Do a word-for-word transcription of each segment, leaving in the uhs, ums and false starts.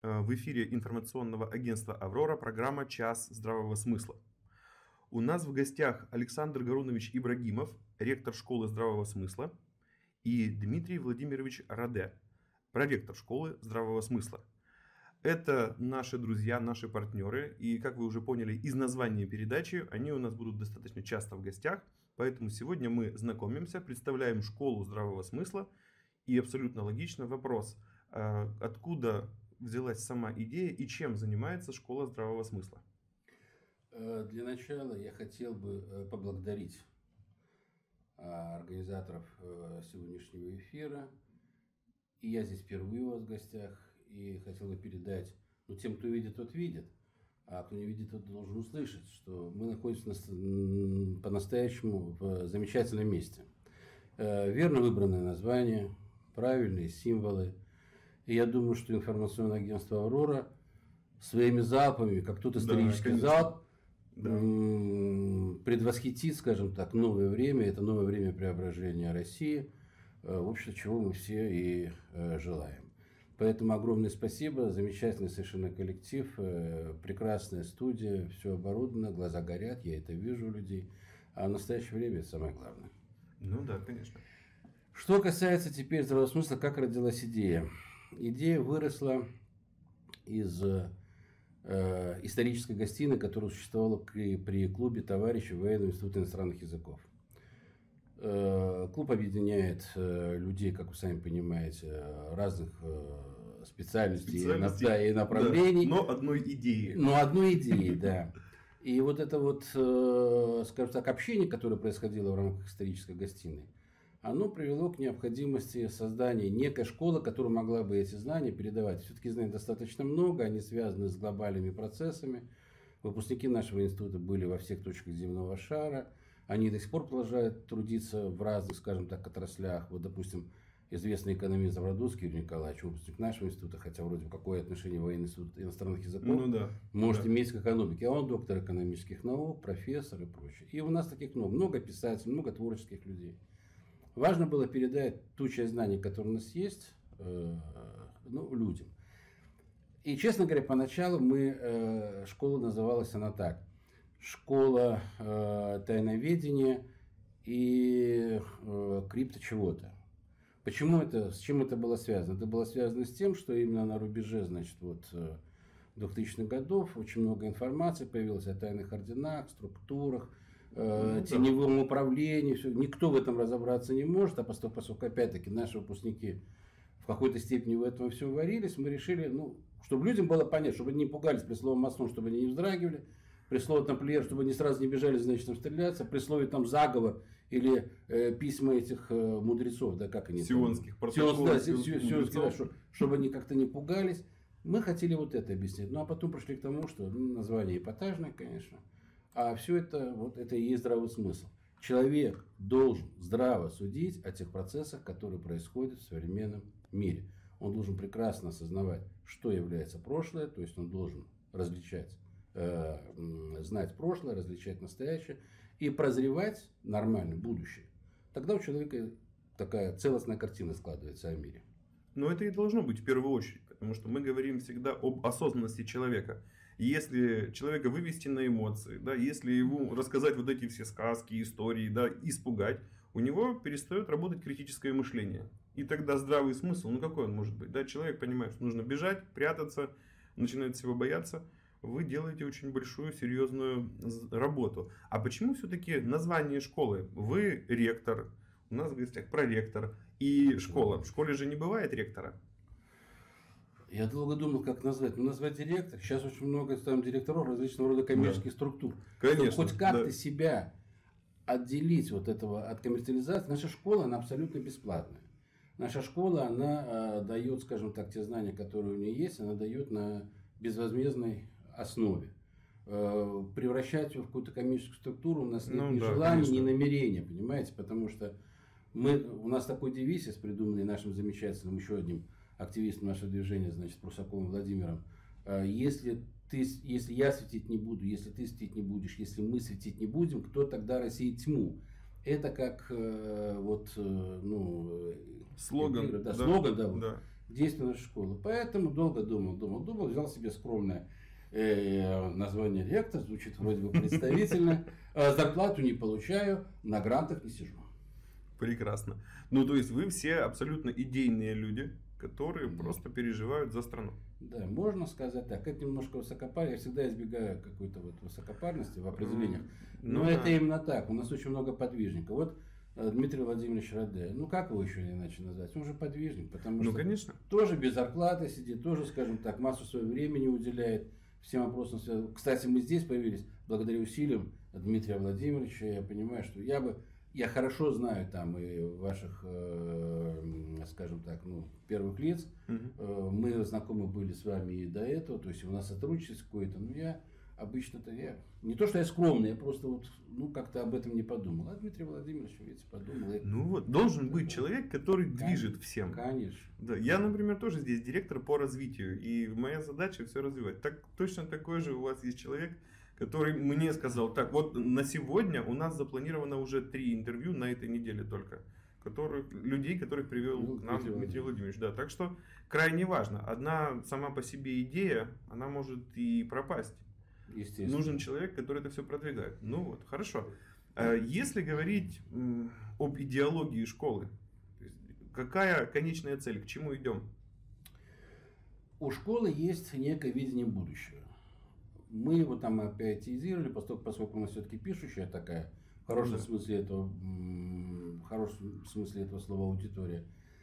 В эфире информационного агентства «Аврора» программа «Час здравого смысла». У нас в гостях Александр Гарунович Ибрагимов, ректор школы здравого смысла, и Дмитрий Владимирович Раде, проректор школы здравого смысла. Это наши друзья, наши партнеры, и, как вы уже поняли из названия передачи, они у нас будут достаточно часто в гостях, поэтому сегодня мы знакомимся, представляем школу здравого смысла, и абсолютно логично вопрос, откуда взялась сама идея и чем занимается школа здравого смысла? Для начала я хотел бы поблагодарить организаторов сегодняшнего эфира. И я здесь впервые у вас в гостях. И хотел бы передать, ну, тем, кто видит, тот видит, а кто не видит, тот должен услышать, что мы находимся по-настоящему в замечательном месте. Верно выбранное название, правильные символы. И я думаю, что информационное агентство «Аврора» своими залпами, как тут исторический да, залп, да. предвосхитит, скажем так, новое время. Это новое время преображения России, в общем, чего мы все и желаем. Поэтому огромное спасибо, замечательный совершенно коллектив, прекрасная студия, все оборудовано, глаза горят, я это вижу у людей. А в настоящее время это самое главное. Ну да, конечно. Что касается теперь здравого смысла, как родилась идея. Идея выросла из э, исторической гостиной, которая существовала при, при клубе товарищей Военного института иностранных языков. Э, клуб объединяет э, людей, как вы сами понимаете, разных э, специальностей, специальностей и, да, и направлений. Да, но одной идеи. Но одной идеи, да. И вот это вот, э, скажем так, общение, которое происходило в рамках исторической гостиной, оно привело к необходимости создания некой школы, которая могла бы эти знания передавать. Все-таки знаний достаточно много, они связаны с глобальными процессами. Выпускники нашего института были во всех точках земного шара. Они до сих пор продолжают трудиться в разных, скажем так, отраслях. Вот, допустим, известный экономист Заводовский Юрий Николаевич, выпускник нашего института, хотя вроде бы какое отношение Военный институт иностранных языков ну, да, может да. иметь к экономике. А он доктор экономических наук, профессор и прочее. И у нас таких много. Много писателей, много творческих людей. Важно было передать ту часть знаний, которая у нас есть, э, ну, людям. И, честно говоря, поначалу мы, э, школа называлась она так. Школа э, тайноведения и э, крипто чего-то. Почему это, с чем это было связано? Это было связано с тем, что именно на рубеже, значит, вот, двухтысячных годов очень много информации появилось о тайных орденах, структурах, э, ну, теневом да. управлении. Все. Никто в этом разобраться не может, а поскольку, поскольку опять-таки, наши выпускники в какой-то степени в этом все варились, мы решили, ну, чтобы людям было понятно, чтобы они не пугались при слове масон, чтобы они не вздрагивали, при слове тамплиер, чтобы они сразу не бежали, значит, там стреляться, при слове там заговор или э, письма этих э, мудрецов, да, как они сионских там, протоколов, да, сионских, да, что, чтобы они как-то не пугались. Мы хотели вот это объяснить. Ну, а потом пришли к тому, что ну, название эпатажное, конечно, а все это, вот это и есть здравый смысл. Человек должен здраво судить о тех процессах, которые происходят в современном мире. Он должен прекрасно осознавать, что является прошлое, то есть он должен различать, э, знать прошлое, различать настоящее и прозревать нормально будущее. Тогда у человека такая целостная картина складывается о мире. Но это и должно быть в первую очередь, потому что мы говорим всегда об осознанности человека. Если человека вывести на эмоции, да, если ему рассказать вот эти все сказки, истории, да, испугать, у него перестает работать критическое мышление. И тогда здравый смысл, ну какой он может быть? Да, человек понимает, что нужно бежать, прятаться, начинает всего бояться. Вы делаете очень большую, серьезную работу. А почему все-таки название школы? Вы ректор. У нас в гостях проректор и школа. В школе же не бывает ректора. Я долго думал, как назвать. Ну, назвать директор. Сейчас очень много там директоров различного рода коммерческих да. структур. Конечно. Чтобы хоть как-то да. себя отделить вот этого от коммерциализации. Наша школа, она абсолютно бесплатная. Наша школа, она э, дает, скажем так, те знания, которые у нее есть, она дает на безвозмездной основе. Э, превращать ее в какую-то коммерческую структуру у нас нет ну, ни да, желания, конечно. Ни намерения, понимаете, потому что мы, у нас такой девиз, придуманный нашим замечательным еще одним активистом нашего движения, значит, Прусаковым Владимиром. Если, ты, если я светить не буду, если ты светить не будешь, если мы светить не будем, кто тогда рассеет тьму? Это как э, вот, э, ну, Слоган. Да, Да, слоган, да, вот, да. действия нашей школы. Поэтому долго думал, думал, думал, взял себе скромное э, название ректор, звучит вроде бы представительно. А зарплату не получаю, на грантах не сижу. Прекрасно. Ну, то есть вы все абсолютно идейные люди, которые Да. просто переживают за страну. Да, можно сказать так. Это немножко высокопарие. Я всегда избегаю какой-то вот высокопарности в определениях. Но Ну, это да. именно так. У нас очень много подвижников. Вот э, Дмитрий Владимирович Раде. Ну, как его еще иначе назвать? Он же подвижник, потому Ну, что конечно. тоже без зарплаты сидит, тоже, скажем так, массу своего времени уделяет всем вопросам связанным. Кстати, мы здесь появились благодаря усилиям Дмитрия Владимировича. Я понимаю, что я бы, я хорошо знаю там и ваших, э, скажем так, ну, первых лиц. Мгм. Э, Мы знакомы были с вами и до этого, то есть у нас сотрудничество какое-то, но я обычно-то я, не то что я скромный, я просто вот, ну, как-то об этом не подумал. А Дмитрий Владимирович, видите, подумал. И- Ну вот, должен быть человек, который движет всем. Конечно. Да, я, например, тоже здесь директор по развитию, и моя задача все развивать. Так, точно такой же у вас есть человек, который мне сказал, так, вот на сегодня у нас запланировано уже три интервью на этой неделе только, которых, людей, которых привел Ну, к нам Дмитрий Дмитрий Владимирович. Да, так что крайне важно. Одна сама по себе идея, она может и пропасть. Естественно. Нужен человек, который это все продвигает. Ну вот, хорошо. А если говорить м, об идеологии школы, то есть какая конечная цель, к чему идем? У школы есть некое видение будущего. Мы его там опиатизировали, поскольку, поскольку у нас все-таки пишущая такая, в хорошем Да. смысле этого, м, в хорошем смысле этого слова аудитория.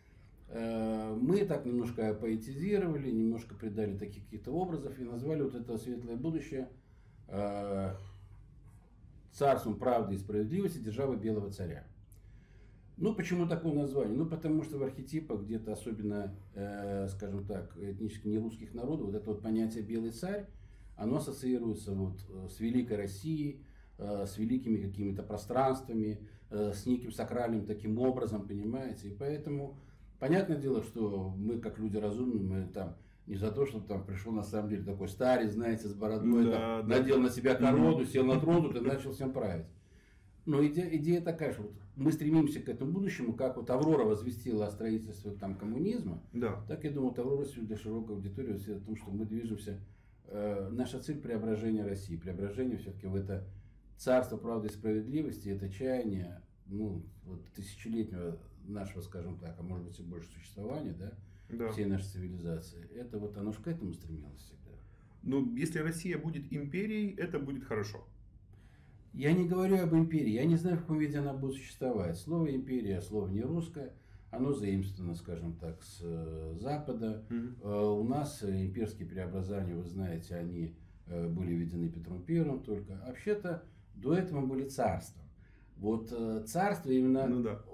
Э, Мы так немножко поэтизировали, немножко придали таких каких-то образов и назвали вот это светлое будущее э, царством правды и справедливости державы белого царя. Ну, почему такое название? Ну, потому что в архетипах где-то, особенно, э, скажем так, этнически нерусских народов, вот это вот понятие белый царь, оно ассоциируется вот э, с великой Россией, э, с великими какими-то пространствами, э, с неким сакральным таким образом, понимаете? И поэтому, понятное дело, что мы, как люди разумные, мы там не за то, что там пришел на самом деле такой старец, знаете, с бородой, Да, там, да. надел на себя корону, сел на трон тут и начал всем править. Но идея, идея такая, что вот мы стремимся к этому будущему, как вот Аврора возвестила о строительстве там, коммунизма, Да. так я думаю, вот Аврора сегодня для широкой аудитории о том, что мы движемся, э, наша цель преображения России, преображение все-таки в это царство правды и справедливости, это чаяние, ну, вот тысячелетнего нашего, скажем так, а может быть и больше существования, да, Да. всей нашей цивилизации, это вот оно же к этому стремилось всегда. Ну, если Россия будет империей, это будет хорошо. Я не говорю об империи, я не знаю, в каком виде она будет существовать. Слово империя, слово не русское, оно заимствовано, скажем так, с э, Запада. Мгм. Э, У нас имперские преобразования, вы знаете, они э, были введены Петром Первым только. А вообще-то до этого мы были царством. Вот э, царство именно Ну да.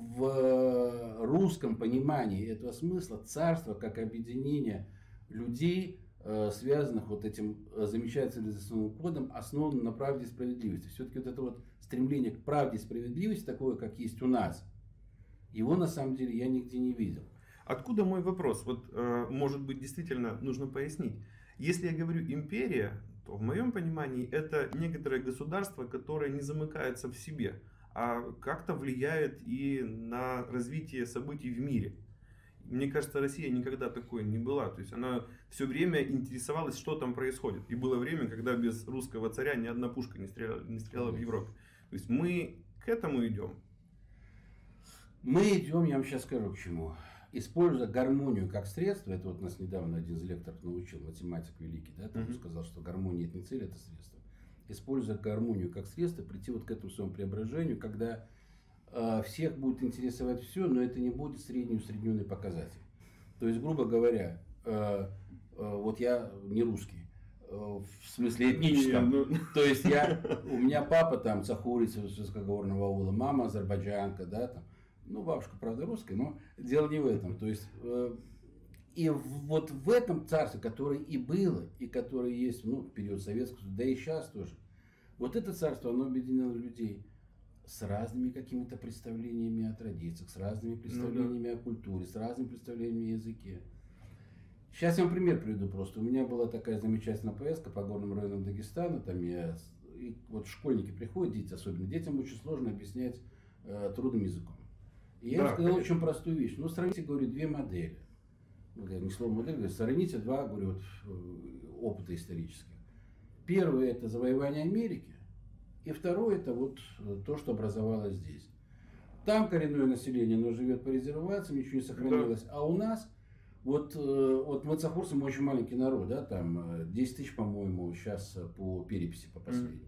в русском понимании этого смысла, царство как объединение людей, э, связанных вот этим э, замечательным цивилизационным кодом, основанным на правде и справедливости. Все-таки вот это вот стремление к правде и справедливости, такое, как есть у нас, его на самом деле я нигде не видел. Откуда мой вопрос? Вот, э, может быть, действительно нужно пояснить. Если я говорю империя, то в моем понимании это некоторое государство, которое не замыкается в себе, а как-то влияет и на развитие событий в мире. Мне кажется, Россия никогда такой не была. То есть она все время интересовалась, что там происходит. И было время, когда без русского царя ни одна пушка не стреляла, не стреляла в Европе. То есть мы к этому идем. Мы идем, я вам сейчас скажу к чему. Используя гармонию как средство, это вот нас недавно один из лекторов научил, математик великий, да, там Мгм. сказал, что гармония это не цель, это средство. Используя гармонию как средство, прийти вот к этому своему преображению, когда э, всех будет интересовать все, но это не будет средний усредненный показатель. То есть, грубо говоря, э, э, вот я не русский, э, в смысле этническом. Не, ну- То есть я, у меня папа там цахурица из высокогорного аула, мама азербайджанка, да, там. Ну, бабушка, правда, русская, но дело не в этом. То есть, э, и в- вот в этом царстве, которое и было, и которое есть, ну, в период советского, да и сейчас тоже, вот это царство, оно объединяло людей с разными какими-то представлениями о традициях, с разными представлениями о культуре, с разными представлениями о языке. Сейчас я вам пример приведу просто. У меня была такая замечательная поездка по горным районам Дагестана. Там я, с- и вот школьники приходят, дети, особенно детям очень сложно объяснять э, трудным языком. И я Да, им сказал конечно. очень простую вещь. Ну, сравните, говорю, две модели. Вот я не слово модель, говорю, сравните два, говорю, вот, э, опыта исторических. Первое – это завоевание Америки, и второе – это вот э, то, что образовалось здесь. Там коренное население, оно живет по резервациям, ничего не сохранилось. Да. А у нас, вот, э, вот мы цахурцы, мы очень маленький народ, да, там десять тысяч, по-моему, сейчас по переписи, по последней.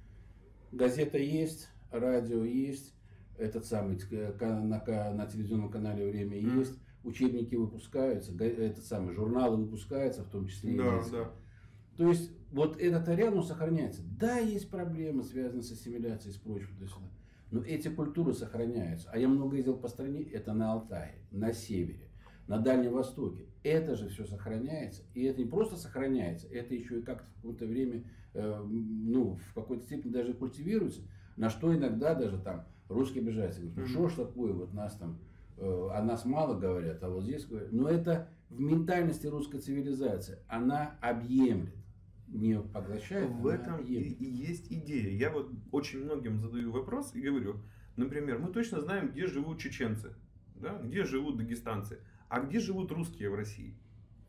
Mm. Газета есть, радио есть, этот самый, на, на телевизионном канале «Время» mm. есть, учебники выпускаются, этот самый, журналы выпускаются, в том числе и да, детские. Да. То есть, вот этот ареал, он сохраняется. Да, есть проблемы, связанные с ассимиляцией, с прочим, туда-сюда. Но эти культуры сохраняются. А я много ездил по стране, это на Алтае, на севере, на Дальнем Востоке. Это же все сохраняется. И это не просто сохраняется, это еще и как-то в какое-то время, э, ну, в какой-то степени даже культивируется. На что иногда даже там русские обижаются. Говорят, ну что ж такое, вот нас там, э, о нас мало говорят, а вот здесь говорят. Но это в ментальности русской цивилизации. Она объемлет. Не поглощает, в этом и, и есть идея. Я вот очень многим задаю вопрос и говорю, например, мы точно знаем, где живут чеченцы, да, где живут дагестанцы, а где живут русские в России.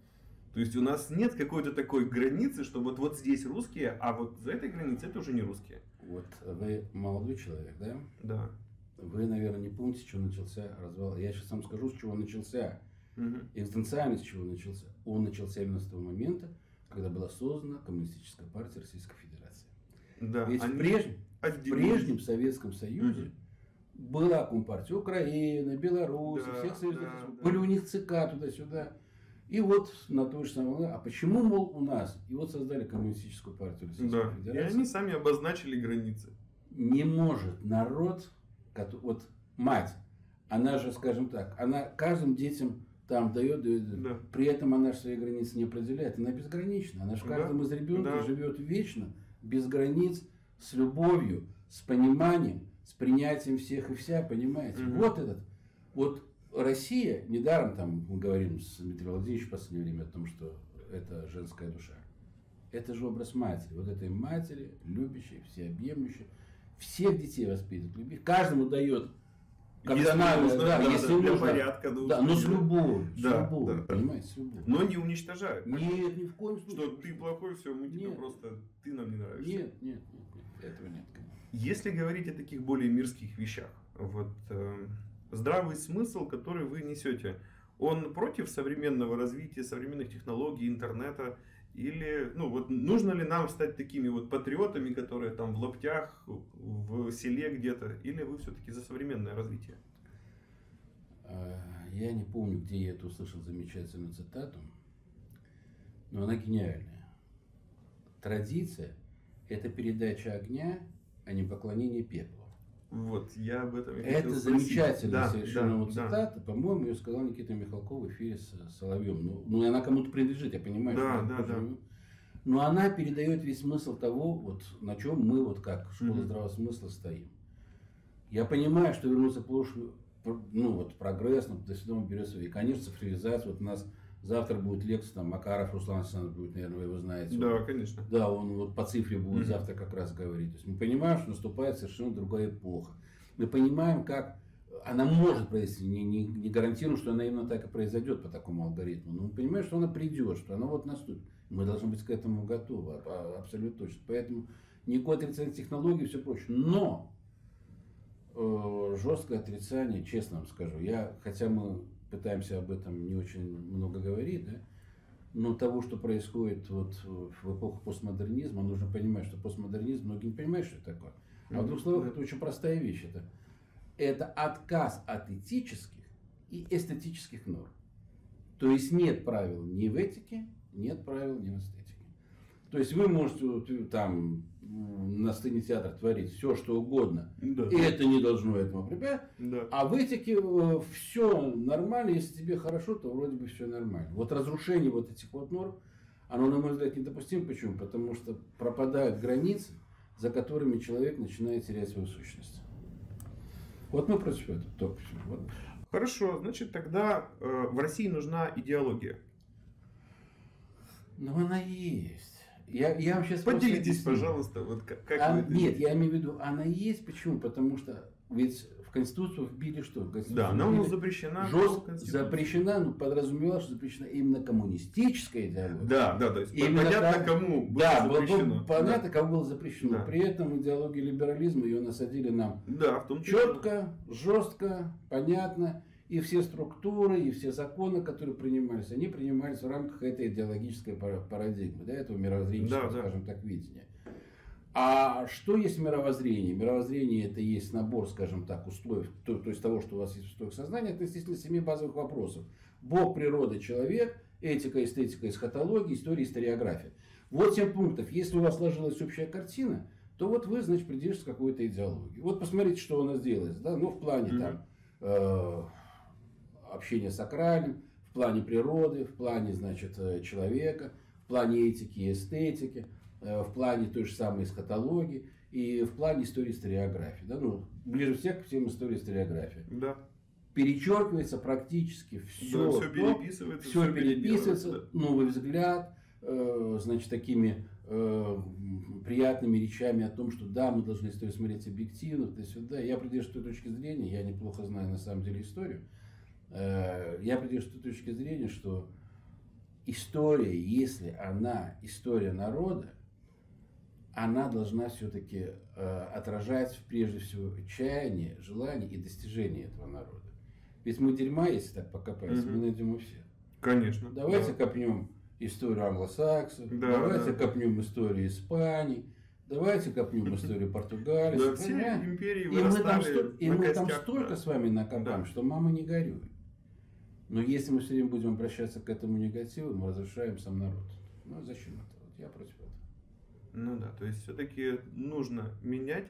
То есть у нас нет какой-то такой границы, что вот, вот здесь русские, а вот за этой границей это уже не русские. Вот вы молодой человек, да? Да. Вы, наверное, не помните, с чего начался развал. Я сейчас вам скажу, с чего начался. Угу. Экзистенциально с чего начался. Он начался именно с того момента, когда была создана Коммунистическая партия Российской Федерации. Да, ведь в прежнем, в прежнем Советском Союзе угу. была Компартия Украины, Беларуси, да, всех союзных да, республик. Были да. у них ЦК туда-сюда. И вот на той же самой... А почему, мол, у нас? И вот создали Коммунистическую партию Российской да. Федерации. И они сами обозначили границы. Не может народ... Вот мать, она же, скажем так, она каждым детям... Там дает, дает. Да. При этом она же свои границы не определяет. Она безгранична. Она же каждому да. из ребенка да. живет вечно, без границ, с любовью, с пониманием, с принятием всех и вся, понимаете? Угу. Вот этот. Вот Россия, недаром там мы говорим с Дмитрием Владимировичем в последнее время о том, что это женская душа. Это же образ матери. Вот этой матери, любящей, всеобъемлющей. Всех детей воспитывает, любви. Каждому дает. Когда если надо, нужно, да, да, если для нужно, порядка, нужно, да, но с любовью, да, с любовью, да, понимаете, с любовью. Но не уничтожают. Нет, ни в коем случае. Что ты плохой, все, мы тебе просто, ты нам не нравишься. Нет, нет, нет, нет, этого нет. Если говорить о таких более мирских вещах, вот э, здравый смысл, который вы несете, он против современного развития, современных технологий, интернета? Или, ну вот, нужно ли нам стать такими вот патриотами, которые там в лаптях, в селе где-то, или вы все-таки за современное развитие? Я не помню, где я это услышал замечательную цитату, но она гениальная. Традиция – это передача огня, а не поклонение пеплу. Вот, я об этом и Это замечательная да, совершенно да, цитата. Да. По-моему, ее сказал Никита Михалков в эфире с Соловьем. Ну, ну и она кому-то принадлежит, я понимаю. Да, что да, да. Но она передает весь смысл того, вот, на чем мы, вот как школа mm-hmm. здравого смысла, стоим. Я понимаю, что вернуться к прошлому, ну вот прогресс, но до сюда берет свои. И, конечно, цифровизация. Вот у нас завтра будет лекция, там Макаров Руслан Александрович будет, наверное, вы его знаете. Да, он, конечно. Да, он вот по цифре будет mm-hmm. завтра как раз говорить. То есть мы понимаем, что наступает совершенно другая эпоха. Мы понимаем, как она может произойти, не, не, не гарантируем, что она именно так и произойдет по такому алгоритму, но мы понимаем, что она придет, что она вот наступит. Мы должны быть к этому готовы, абсолютно точно. Поэтому никакой отрицания технологий и все прочее. Но э, жесткое отрицание, честно вам скажу, я, хотя мы пытаемся об этом не очень много говорить, да, но того, что происходит вот в эпоху постмодернизма, нужно понимать, что постмодернизм, многие не понимают, что это такое. А в двух словах, это очень простая вещь. Это, это отказ от этических и эстетических норм. То есть нет правил ни в этике, нет правил ни в эстетике. То есть вы можете там на сцене театра творить все, что угодно, да. И это не должно этому препятствовать. Да. А в этике все нормально, если тебе хорошо, то вроде бы все нормально. Вот разрушение вот этих вот норм, оно, на мой взгляд, недопустимо. Почему? Потому что пропадают границы, за которыми человек начинает терять свою сущность. Вот мы против этого только все. Вот. Хорошо, значит тогда э, в России нужна идеология. Ну она есть. Я, я вам сейчас поделитесь, пожалуйста, вот как, как а, вы это Нет, я имею в виду, она есть. Почему? Потому что Ведь в Конституцию вбили что? В Конституцию Да, она у нас вбили запрещена. жестко запрещена, ну, подразумевалось, что запрещена именно коммунистическая идеология. Да, да, то есть Именно понятно, там- кому было Да, было запрещено. понятно, кому было запрещено. Да. При этом идеология либерализма ее насадили нам Да, в том числе. четко, жестко, понятно. И все структуры, и все законы, которые принимались, они принимались в рамках этой идеологической пара- парадигмы, да, этого мировоззренческого, Да, да. скажем так, видения. А что есть мировоззрение? Мировоззрение это есть набор, скажем так, условий, то, то есть того, что у вас есть в устоях сознания, это, естественно, семи базовых вопросов. Бог, природа, человек, этика, эстетика, эсхатология, история, историография. Вот семь пунктов. Если у вас сложилась общая картина, то вот вы, значит, придерживаетесь какой-то идеологии. Вот посмотрите, что у нас делается, да, ну, в плане Мгм. там э, общения с сакральным, в плане природы, в плане, значит, э, человека, в плане этики и эстетики, э, в плане той же самой эсхатологии и в плане истории историографии. Да? Ну, ближе всех к всем истории историографии. Да. Перечеркивается практически все, Да, все переписывается. все переписывается, переделывается, новый взгляд, э, значит, такими э, приятными речами о том, что да, мы должны историю смотреть объективно, то есть, да, я придерживаюсь той точки зрения, я неплохо знаю на самом деле историю, э, я придерживаюсь той точки зрения, что история, если она история народа, она должна все-таки э, отражать прежде всего чаяние, желание и достижение этого народа. Ведь мы дерьма, если так покопаться, Мгм. мы найдем у всех. Конечно. Давайте да. копнем историю англосаксов, Да, давайте да. копнем историю Испании, давайте копнем историю Португалии. Да, все понимаете? империи И мы там, вырастали сто- и на мы там костях, столько да. с вами накопаем, Да. что мама не горюй. Но если мы все время будем обращаться к этому негативу, мы разрушаем сам народ. Ну а зачем это? Вот я против этого. Ну да, то есть все-таки нужно менять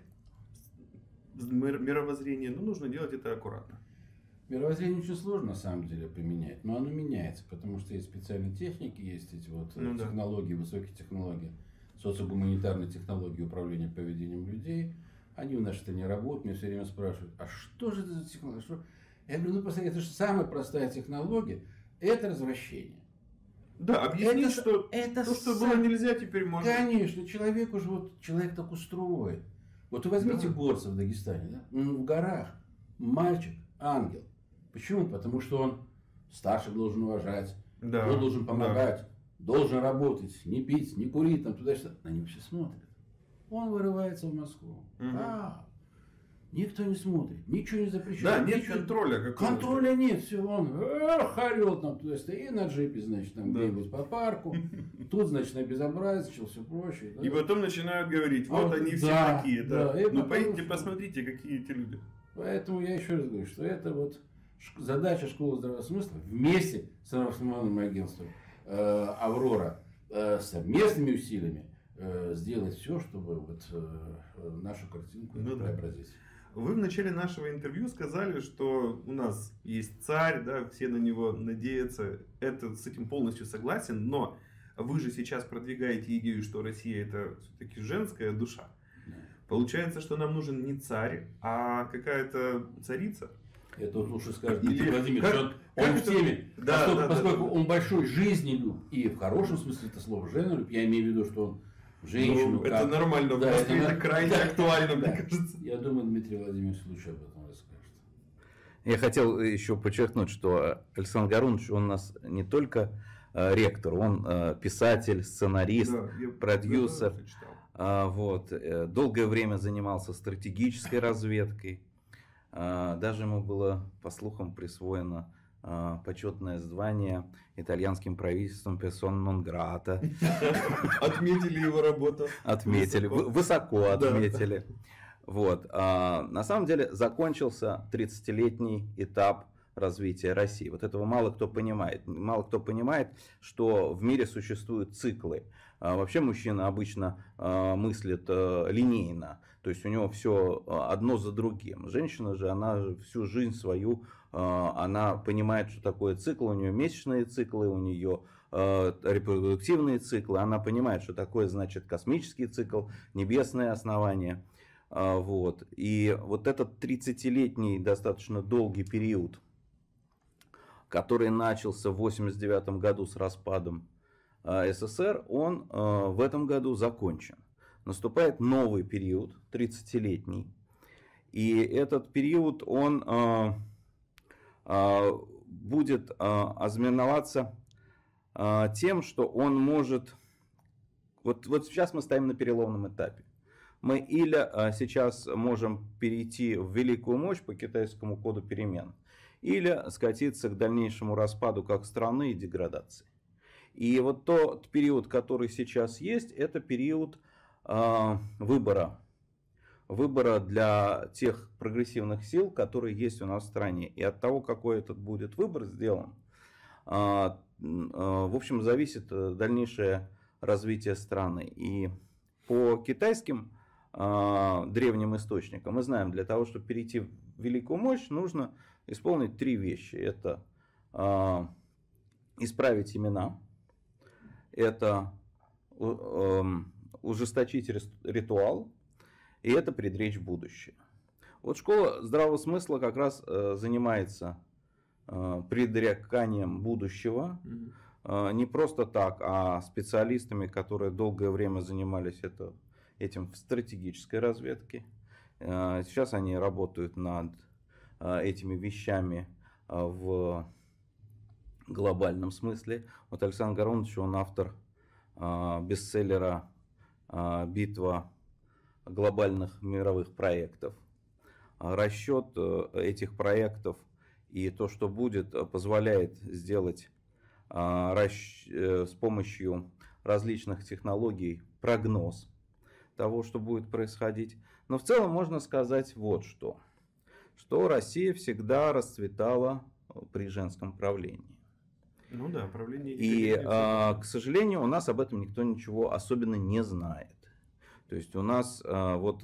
мир- мировоззрение, но нужно делать это аккуратно. Мировоззрение очень сложно на самом деле применять, но оно меняется, потому что есть специальные техники, есть эти вот э, Ну да. технологии, высокие технологии, социогуманитарные технологии управления поведением людей. Они у нас что не работают, меня все время спрашивают, а что же это за технология? Что? Я говорю, ну посмотрите, это же самая простая технология, это развращение. Да, объяснить, Это- что это то, что сам- было нельзя, теперь можно. Конечно, человек уже вот, человек так устроен. Вот вы возьмите Да. горца в Дагестане, да? Он в горах, мальчик, ангел. Почему? Потому что он старших должен уважать, Да, он должен да. помогать, должен работать, не пить, не курить, там туда-сюда. На него все смотрят. Он вырывается в Москву. Мгм. А, никто не смотрит, ничего не Да, запрещает. нет ничего- контроля какого-то. Контроля нет, все, он эх, орет там туда стоит, и на джипе, значит, там Да. где-нибудь по парку. Тут, значит, набезобразничал, все прочее. да. И потом начинают говорить, вот А, они все да, такие. Да. да, и Ну потом пойдите, что? посмотрите, какие эти люди. Поэтому я еще раз говорю, что это вот ш- задача школы здравого смысла вместе с информационным агентством э, «Аврора» э, совместными усилиями э, сделать все, чтобы вот э, нашу картинку Ну да. преобразить. Вы в начале нашего интервью сказали, что у нас есть царь, да, все на него надеются. Это с этим полностью согласен, но вы же сейчас продвигаете идею, что Россия это все-таки женская душа. Да. Получается, что нам нужен не царь, а какая-то царица. Это вот лучше скажет Или Дмитрий Владимирович. как- Он, как он в это- теме. Да, поскольку да, да, поскольку да. он большой жизнелюб и в хорошем смысле это слово женолюб, я имею в виду, что он женщину Ну, как... это нормально, в Да, Москве это это, нар- крайне да, актуально, да. мне кажется. Я думаю, Дмитрий Владимирович лучше об этом расскажет. Я хотел еще подчеркнуть, что Александр Гарунович, он у нас не только э, ректор, он э, писатель, сценарист, Да, я- продюсер. я читал. а, вот, э, долгое время занимался стратегической разведкой. А, даже ему было, по слухам, присвоено а, почетное звание итальянским правительством персона нон грата. Отметили его работу. Отметили, Высоко. вы- высоко Да. отметили. Вот. а, на самом деле закончился тридцатилетний этап развития России. Вот этого мало кто понимает. Мало кто понимает, что в мире существуют циклы. А, вообще мужчина обычно а, мыслит а, линейно. То есть у него все одно за другим. Женщина же, она же всю жизнь свою, а, она понимает, что такое цикл. У нее месячные циклы, у нее а, репродуктивные циклы. Она понимает, что такое значит космический цикл, небесное основание. А, Вот. И вот этот тридцатилетний достаточно долгий период, который начался в восемьдесят девятом году с распадом а, СССР, он а, в этом году закончен. Наступает новый период, тридцатилетний. И этот период, он э, э, будет э, ознаменоваться э, тем, что он может... Вот, вот сейчас мы стоим на переломном этапе. Мы или э, сейчас можем перейти в великую мощь по китайскому коду перемен, или скатиться к дальнейшему распаду как страны и деградации. И вот тот период, который сейчас есть, это период э, выбора. Выбора для тех прогрессивных сил, которые есть у нас в стране. И от того, какой этот будет выбор сделан, э, э, в общем, зависит дальнейшее развитие страны. И по китайским э, древним источникам мы знаем, для того, чтобы перейти в великую мощь, нужно исполнить три вещи. Это э, исправить имена, это э, э, ужесточить ритуал, и это предречь будущее. Вот школа здравого смысла как раз э, занимается э, предреканием будущего, mm-hmm. э, не просто так, а специалистами, которые долгое время занимались это, этим в стратегической разведке. Э, сейчас они работают над э, этими вещами э, в глобальном смысле. Вот Александр Гарунович, он автор э, бестселлера э, «Битва глобальных мировых проектов». Расчет этих проектов и то, что будет, позволяет сделать с помощью различных технологий прогноз того, что будет происходить. Но в целом можно сказать вот что. Что Россия всегда расцветала при женском правлении. Ну да, правление. И, к сожалению, у нас об этом никто ничего особенно не знает. То есть у нас вот,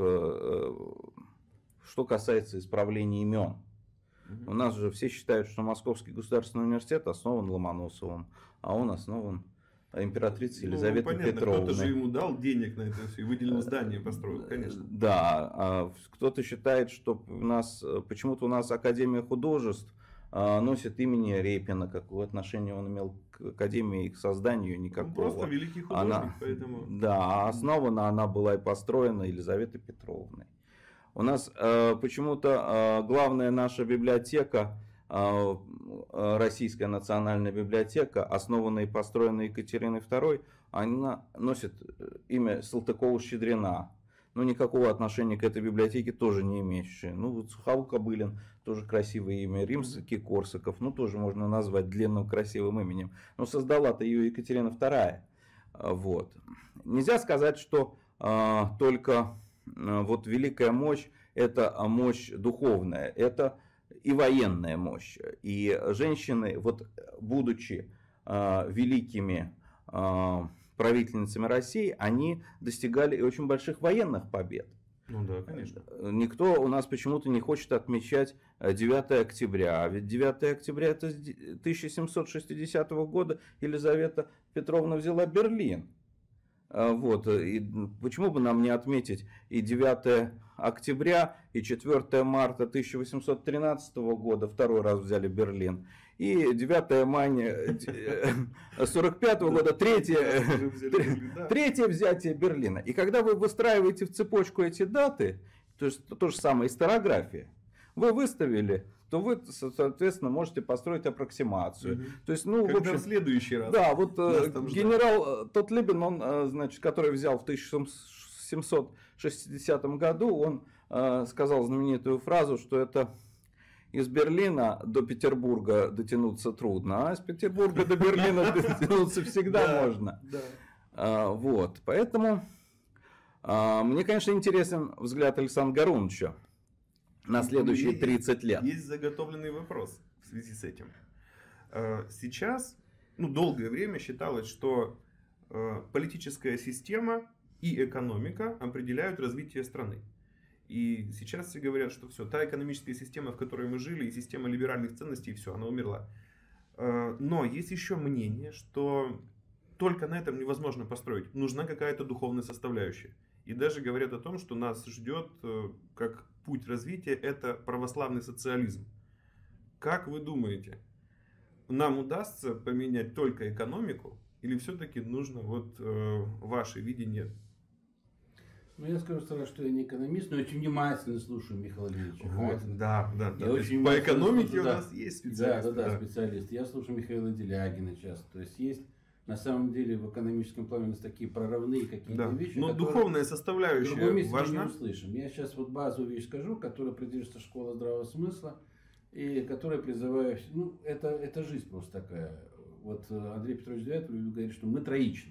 что касается исправления имен, угу. у нас же все считают, что Московский государственный университет основан Ломоносовым, а он основан императрицей Елизаветой ну, понятно, Петровной. Кто-то же ему дал денег на это все и выделил здание, построил, конечно. Да, кто-то считает, что у нас, почему-то у нас Академия художеств носит имени Репина, какое отношение он имел к Академии и к созданию никакого. Он просто великий художник, она, поэтому... Да, основана она была и построена Елизаветой Петровной. У нас э, почему-то э, главная наша библиотека, э, Российская национальная библиотека, основанная и построенная Екатериной второй, она носит имя Салтыкова-Щедрина. Но никакого отношения к этой библиотеке тоже не имеющие. Ну, вот Сухову Кобылин, тоже красивое имя. Римский-Корсаков, ну, тоже можно назвать длинным красивым именем. Но создала-то ее Екатерина вторая. Вот. Нельзя сказать, что э, только э, вот великая мощь – это мощь духовная, это и военная мощь. И женщины, вот, будучи э, великими э, правительницами России, они достигали очень больших военных побед. Ну да, конечно. Никто у нас почему-то не хочет отмечать девятое октября. А ведь девятое октября это с тысяча семьсот шестидесятого года Елизавета Петровна взяла Берлин. Вот. И почему бы нам не отметить и девятое октября, и четвёртое марта тысяча восемьсот тринадцатого года второй раз взяли Берлин. И девятое мая сорок пятого года третье, третье взятие Берлина. И когда вы выстраиваете в цепочку эти даты, то есть то же самое исторография, вы выставили, то вы, соответственно, можете построить аппроксимацию. Угу. То есть, ну, когда в общем, в следующий раз. Да, вот генерал Тотлебен, он, значит, который взял в тысяча семьсот шестидесятом году, он сказал знаменитую фразу, что это из Берлина до Петербурга дотянуться трудно, а из Петербурга до Берлина дотянуться всегда можно. Вот, поэтому мне, конечно, интересен взгляд Александра Гаруновича на следующие тридцать лет. Есть заготовленный вопрос в связи с этим. Сейчас, ну, долгое время считалось, что политическая система и экономика определяют развитие страны. И сейчас все говорят, что все, та экономическая система, в которой мы жили, и система либеральных ценностей, все, она умерла. Но есть еще мнение, что только на этом невозможно построить. Нужна какая-то духовная составляющая. И даже говорят о том, что нас ждет, как путь развития, это православный социализм. Как вы думаете, нам удастся поменять только экономику, или все-таки нужно вот ваше видение? Ну, я скажу сразу, что я не экономист, но очень внимательно слушаю Михаила Ильича. Вот, да, да, да. Я очень По экономике слушаю, у да. нас есть Да, специалисты. да, да, специалисты. Я слушаю Михаила Делягина часто. То есть есть на самом деле в экономическом плане у нас такие прорывные какие-то Да. вещи. Но которые духовная в другом составляющая месте мы не важна. услышим. Я сейчас вот базовую вещь скажу, которая придерживается школа здравого смысла, и которая призываю, ну, это, это жизнь просто такая. Вот Андрей Петрович Девятов говорит, что мы троичны.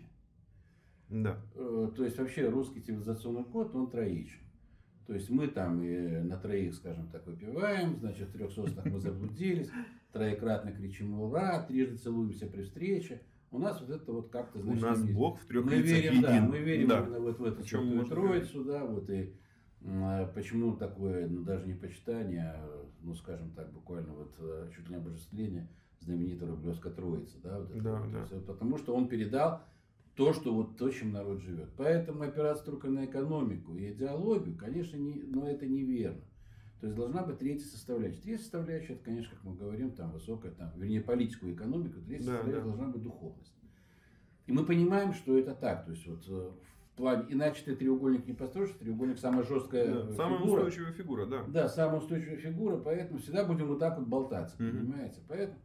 Да. То есть вообще русский цивилизационный код, он троичен. То есть мы там и на троих, скажем так, выпиваем, значит, в трех соснах мы заблудились, троекратно кричим «Ура!», трижды целуемся при встрече. У нас вот это вот как-то, У значит, нас есть. Бог в трех мы лицах верим, един. да, мы верим Да. именно вот в эту О чем Святую можно Троицу, да, вот и м, почему такое, ну даже не почитание, а, ну скажем так, буквально вот э, чуть ли не обожествление знаменитой Рублевской Троицы, да, вот это Да, вот. да. То есть, потому что он передал то, что вот то, чем народ живет. Поэтому опираться только на экономику и идеологию, конечно, не, но это неверно. То есть должна быть третья составляющая. Третья составляющая, это, конечно, как мы говорим, там высокая, там, вернее, политическую экономику, третья Да, составляющая да. должна быть духовность. И мы понимаем, что это так. То есть вот э, в плане, иначе ты треугольник не построишь, треугольник самая жесткая Да, самая фигура. устойчивая фигура, да. Да, самая устойчивая фигура, поэтому всегда будем вот так вот болтаться, Мгм. понимаете? Поэтому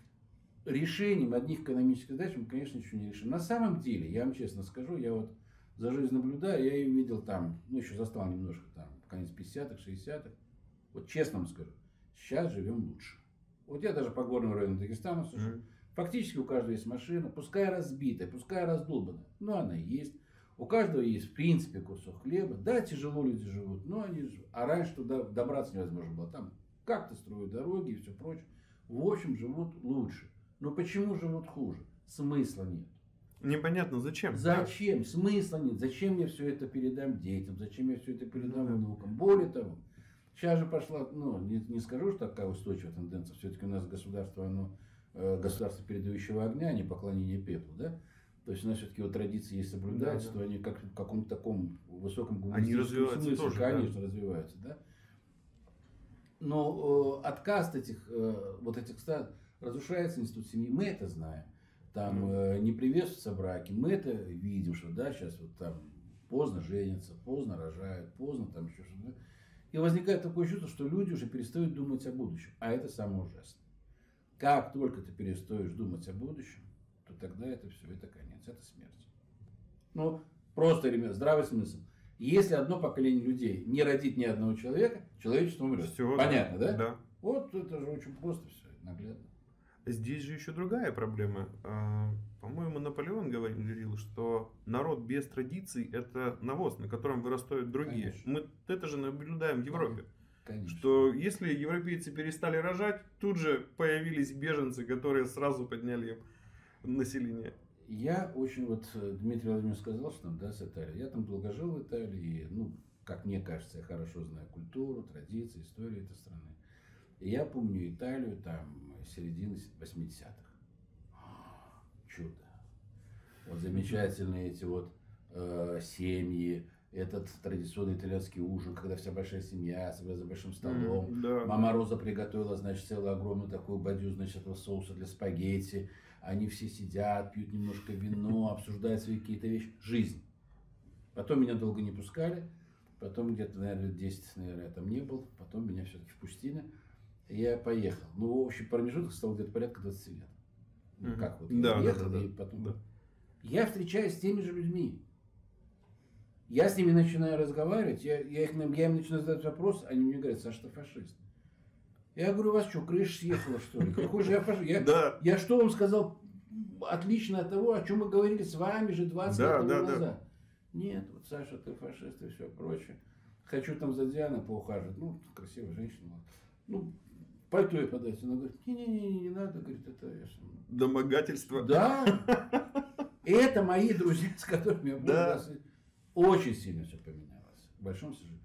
решением одних экономических задач мы, конечно, ничего не решим. На самом деле, я вам честно скажу, я вот за жизнь наблюдаю, я ее видел там, ну еще застал немножко там, конец пятидесятых, шестидесятых. Вот честно вам скажу, сейчас живем лучше. Вот я даже по горному району Дагестана сужу. Мгм. Фактически у каждого есть машина, пускай разбитая, пускай раздолбанная, но она есть. У каждого есть, в принципе, кусок хлеба. Да, тяжело люди живут, но они живут. А раньше туда добраться невозможно было. Там как-то строят дороги и все прочее. В общем, живут лучше. Но почему живут хуже? Смысла нет. Непонятно зачем. Зачем? Смысла нет. Зачем я все это передам детям? Зачем я все это передам Да. внукам? Более того, сейчас же пошла, ну, не, не скажу, что такая устойчивая тенденция. Все-таки у нас государство, оно э, государство передающего огня, а не поклонение пеплу, да? То есть у нас все-таки вот традиции есть соблюдаются, Да, то они как в каком-то таком высоком Они гуманистическом развиваются смысле, тоже, да. конечно, развиваются, да? Но э, отказ этих, э, вот этих стад разрушается институт семьи, мы это знаем. Там Мгм. э, не приветствуются браки, мы это видим, что да, сейчас вот там поздно женятся, поздно рожают, поздно там еще что-то. И возникает такое чувство, что люди уже перестают думать о будущем. А это самое ужасное. Как только ты перестаешь думать о будущем, то тогда это все, это конец, это смерть. Ну, просто, ребят, здравый смысл. Если одно поколение людей не родит ни одного человека, человечество умрет. Всё, Понятно, да? Да. Вот это же очень просто все, наглядно. Здесь же еще другая проблема. А, По-моему, Наполеон говорил, что народ без традиций – это навоз, на котором вырастают другие. Конечно. Мы это же наблюдаем в Европе. Конечно. Что если европейцы перестали рожать, тут же появились беженцы, которые сразу подняли им население. Я очень, вот э, Дмитрий Владимирович сказал, что там, да, с Италией. Я там долго жил в Италии, и, ну, как мне кажется, я хорошо знаю культуру, традиции, историю этой страны. И я помню Италию там середины восьмидесятых. Чудо. Вот замечательные эти вот э, семьи, этот традиционный итальянский ужин, когда вся большая семья собирается за большим столом. М, да. Мама Роза приготовила, значит, целую огромную такую бадью, значит, этого соуса для спагетти. Они все сидят, пьют немножко вино, обсуждают свои какие-то вещи. Жизнь. Потом меня долго не пускали. Потом где-то, наверное, лет десять, наверное, я там не был. Потом меня все-таки впустили. И я поехал. Ну, в общем, промежуток стал где-то порядка двадцати лет. Ну, Мгм. как вот Да, я да, ехал, да, и да, потом... да. Я встречаюсь с теми же людьми. Я с ними начинаю разговаривать, я, я, их, я им начинаю задать вопрос, они мне говорят: Саша, ты фашист. Я говорю: у вас что, крыша съехала, что ли? Какой же я фашист? Я, Да. я что вам сказал отлично от того, о чем мы говорили с вами же двадцать Да, лет да, тому да. назад? Нет, вот Саша, ты фашист и все прочее. Хочу там за Дианой поухаживать. Ну, красивая женщина. Ну, пальто ей подать. Она говорит: не-не-не, не надо, говорит, это я сам. Домогательство. Да. Это мои друзья, с которыми я был. Да. Очень сильно все поменялось. К большому сожалению.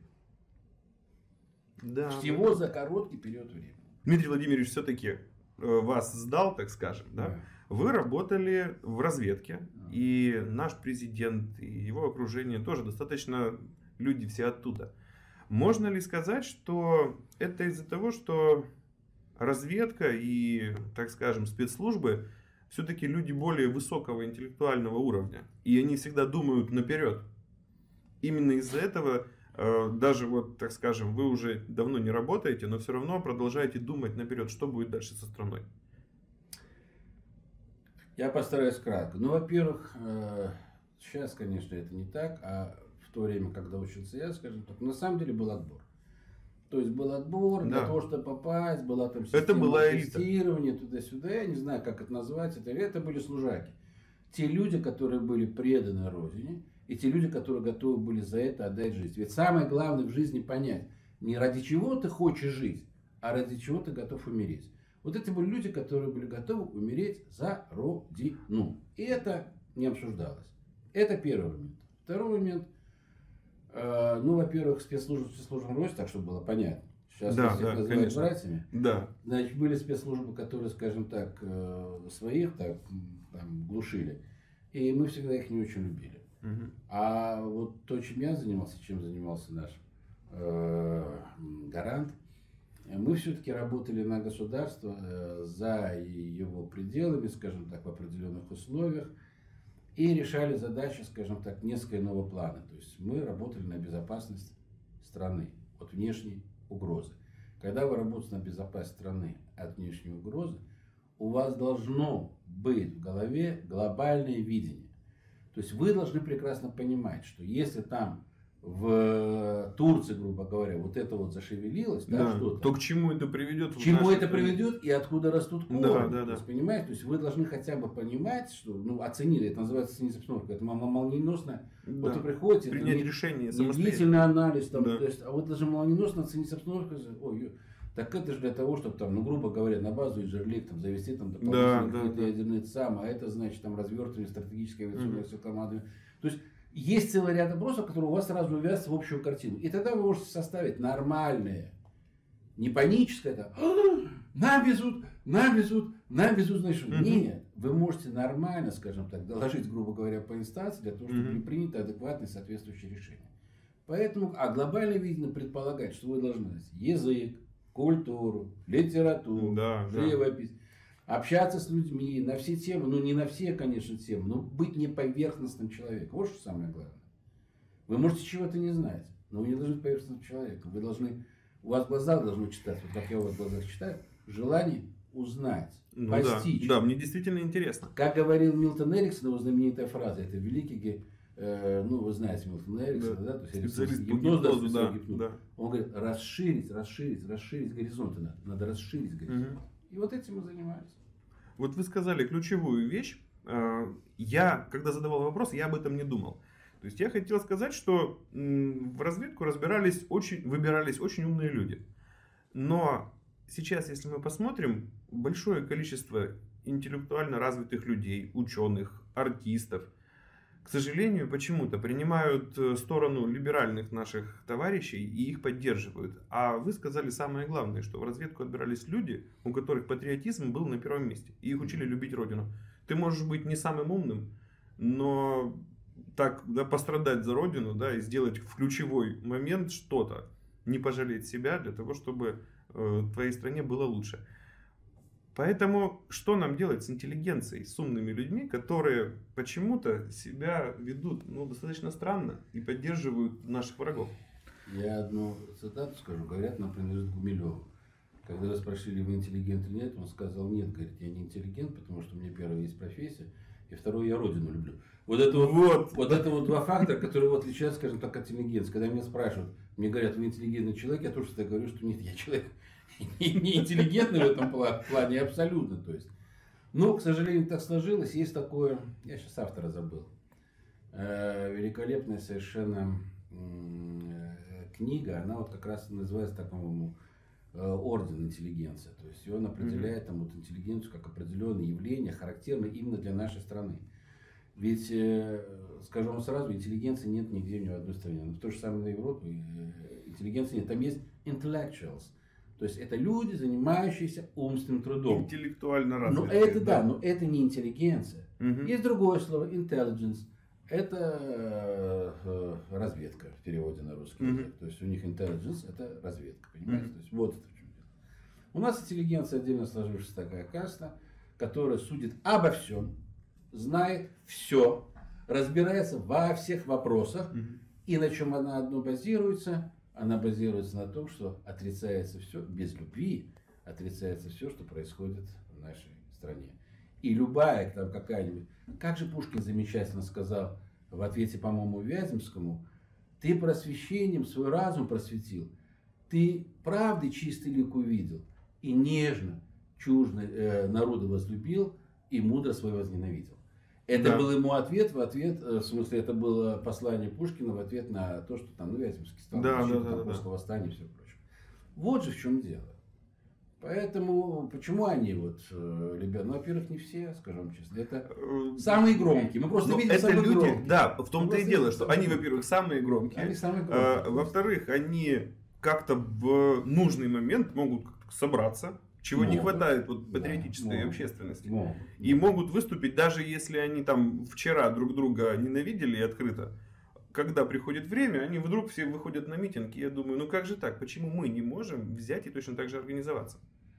Да. Всего за короткий период времени. Дмитрий Владимирович все-таки вас сдал, так скажем, да? Вы работали в разведке, и наш президент, и его окружение тоже достаточно люди все оттуда. Можно ли сказать, что это из-за того, что разведка и, так скажем, спецслужбы все-таки люди более высокого интеллектуального уровня, и они всегда думают наперед? именно из-за этого, э, даже вот, так скажем, вы уже давно не работаете, но все равно продолжаете думать наперед, что будет дальше со страной? Я постараюсь кратко. Ну, во-первых, э, сейчас, конечно, это не так, а в то время, когда учился я, скажем так, на самом деле был отбор. То есть был отбор, Да. для того, чтобы попасть, была там Это была элита. тестирование туда-сюда, я не знаю, как это назвать, это, это были служаки. Те люди, которые были преданы Родине, и те люди, которые готовы были за это отдать жизнь. Ведь самое главное в жизни понять, не ради чего ты хочешь жить, а ради чего ты готов умереть. Вот это были люди, которые были готовы умереть за Родину. И это не обсуждалось. Это первый момент. Второй момент. Э, ну, во-первых, спецслужбы, спецслужбы России, так чтобы было понятно. Сейчас Да, всех да, называют конечно. братьями. Да. Значит, были спецслужбы, которые, скажем так, э, своих так, там, глушили. И мы всегда их не очень любили. Мгм. А вот то, чем я занимался, чем занимался наш э, гарант, мы все-таки работали на государство э, за его пределами, скажем так, в определенных условиях, и решали задачи, скажем так, несколько иного плана. То есть мы работали на безопасность страны от внешней угрозы. Когда вы работаете на безопасность страны от внешней угрозы, у вас должно быть в голове глобальное видение. То есть вы должны прекрасно понимать, что если там в Турции, грубо говоря, вот это вот зашевелилось, да, Да. что-то, То к чему это приведет? к в чему нашей это стране? приведет и откуда растут корни. Да, да, да. То есть, понимаете, то есть вы должны хотя бы понимать, что, ну, оценили, это называется оценить обстановку, это мол- молниеносно, Да. вот вы приходите, это Принять не- решение не самостоятельно. длительный анализ, там, Да. то есть, а вот даже молниеносно оценить обстановку, ой, ё, так это же для того, чтобы там, ну, грубо говоря, на базу Иджерлик там завести там дополнительные Да, какие-то да, да. ядерные ЦАМ, а это значит там развертывание стратегической авиационной Мгм. всей команды. То есть есть целый ряд вопросов, которые у вас сразу увязываются в общую картину. И тогда вы можете составить нормальное, не паническое, это «А, нам везут, нам везут, нам везут, значит, Мгм. нет, вы можете нормально, скажем так, доложить, грубо говоря, по инстанции для того, чтобы Мгм. были приняты адекватные соответствующие решения. Поэтому, а глобальное видение предполагает, что вы должны знать язык, культуру, литературу, Да, да. живопись, общаться с людьми на все темы, ну не на все, конечно, темы, но быть не поверхностным человеком. Вот что самое главное. Вы можете чего-то не знать, но вы не должны быть поверхностным человеком. Вы должны, у вас глаза должны читать, вот как я у вас в глазах читаю, желание узнать, Ну постичь. да. Да, мне действительно интересно. Как говорил Милтон Эриксон, его знаменитая фраза, это великий, ге- э, ну вы знаете Милтона Эриксона, да, Да. то есть Специалист по гипноз, да, гипнозу, да. специалист гипноз. да. Он говорит, расширить, расширить, расширить горизонты надо, надо расширить горизонты. Мгм. И вот этим мы занимаемся. Вот вы сказали ключевую вещь. Э, Я, когда задавал вопрос, я об этом не думал. То есть я хотел сказать, что м, в разведку разбирались очень, выбирались очень умные люди. Но сейчас, если мы посмотрим, большое количество интеллектуально развитых людей, ученых, артистов, к сожалению, почему-то принимают э, сторону либеральных наших товарищей и их поддерживают. А вы сказали самое главное, что в разведку отбирались люди, у которых патриотизм был на первом месте. И их учили любить Родину. Ты можешь быть не самым умным, но так, да, пострадать за Родину, да, и сделать в ключевой момент что-то, не пожалеть себя для того, чтобы э, твоей стране было лучше. Поэтому что нам делать с интеллигенцией, с умными людьми, которые почему-то себя ведут, ну, достаточно странно и поддерживают наших врагов? Я одну цитату скажу, говорят, она принадлежит Гумилеву. Когда вы спросили, вы интеллигент или нет, он сказал, нет, говорит, я не интеллигент, потому что у меня первое есть профессия, и второе, я Родину люблю. Вот это вот, Вот. вот это вот два фактора, которые вот отличают, скажем так, от интеллигенции. Когда меня спрашивают, мне говорят, вы интеллигентный человек, я тоже всегда говорю, что нет, я человек не не интеллигентный в этом пла- плане, абсолютно. То есть. Но, к сожалению, так сложилось. Есть такое, я сейчас автора забыл, э, великолепная совершенно м, э, книга, она вот как раз называется так, по-моему, э, орден интеллигенция. То есть и он определяет там вот интеллигенцию как определенное явление, характерное именно для нашей страны. Ведь, э, скажу вам сразу, интеллигенции нет нигде ни в одной стране. Но в то же самое на Европе э, интеллигенции нет. Там есть intellectuals. То есть это люди, занимающиеся умственным трудом. Интеллектуально Но развитые. это да, но это не интеллигенция. Мгм. Есть другое слово intelligence. Это э, э, разведка в переводе на русский Мгм. язык. То есть у них intelligence это разведка, понимаете? Мгм. То есть вот это в чем дело. У нас интеллигенция отдельно сложившаяся такая каста, которая судит обо всем, знает все, разбирается во всех вопросах Мгм. И на чем она одно базируется? Она базируется на том, что отрицается все, без любви отрицается все, что происходит в нашей стране. И любая там какая-нибудь... Как же Пушкин замечательно сказал в ответе, по-моему, Вяземскому: ты просвещением свой разум просветил, ты правды чистый лик увидел, и нежно, чуждо э, народу возлюбил, и мудро свой возненавидел. Это Да. был ему ответ в ответ, в смысле, это было послание Пушкина в ответ на то, что там, ну, Вяземский стал Да, защитником да, да, да. после восстания и все прочее. Вот же в чем дело. Поэтому, почему они вот, э, ребята, ну, во-первых, не все, скажем честно, это Э, самые громкие. Мы просто Ну, видим это самых люди, громких. да, в том-то и просто дело, видим что самых они, громких. во-первых, самые громкие, Они самые а, громкие. во-вторых, они как-то в нужный момент могут как-то собраться, чего не Могут. хватает вот Да, патриотической могут. общественности. Могут. И могут выступить, даже если они там вчера друг друга ненавидели открыто. Когда приходит время, они вдруг все выходят на митинг. И я думаю, ну как же так? Почему мы не можем взять и точно так же организоваться?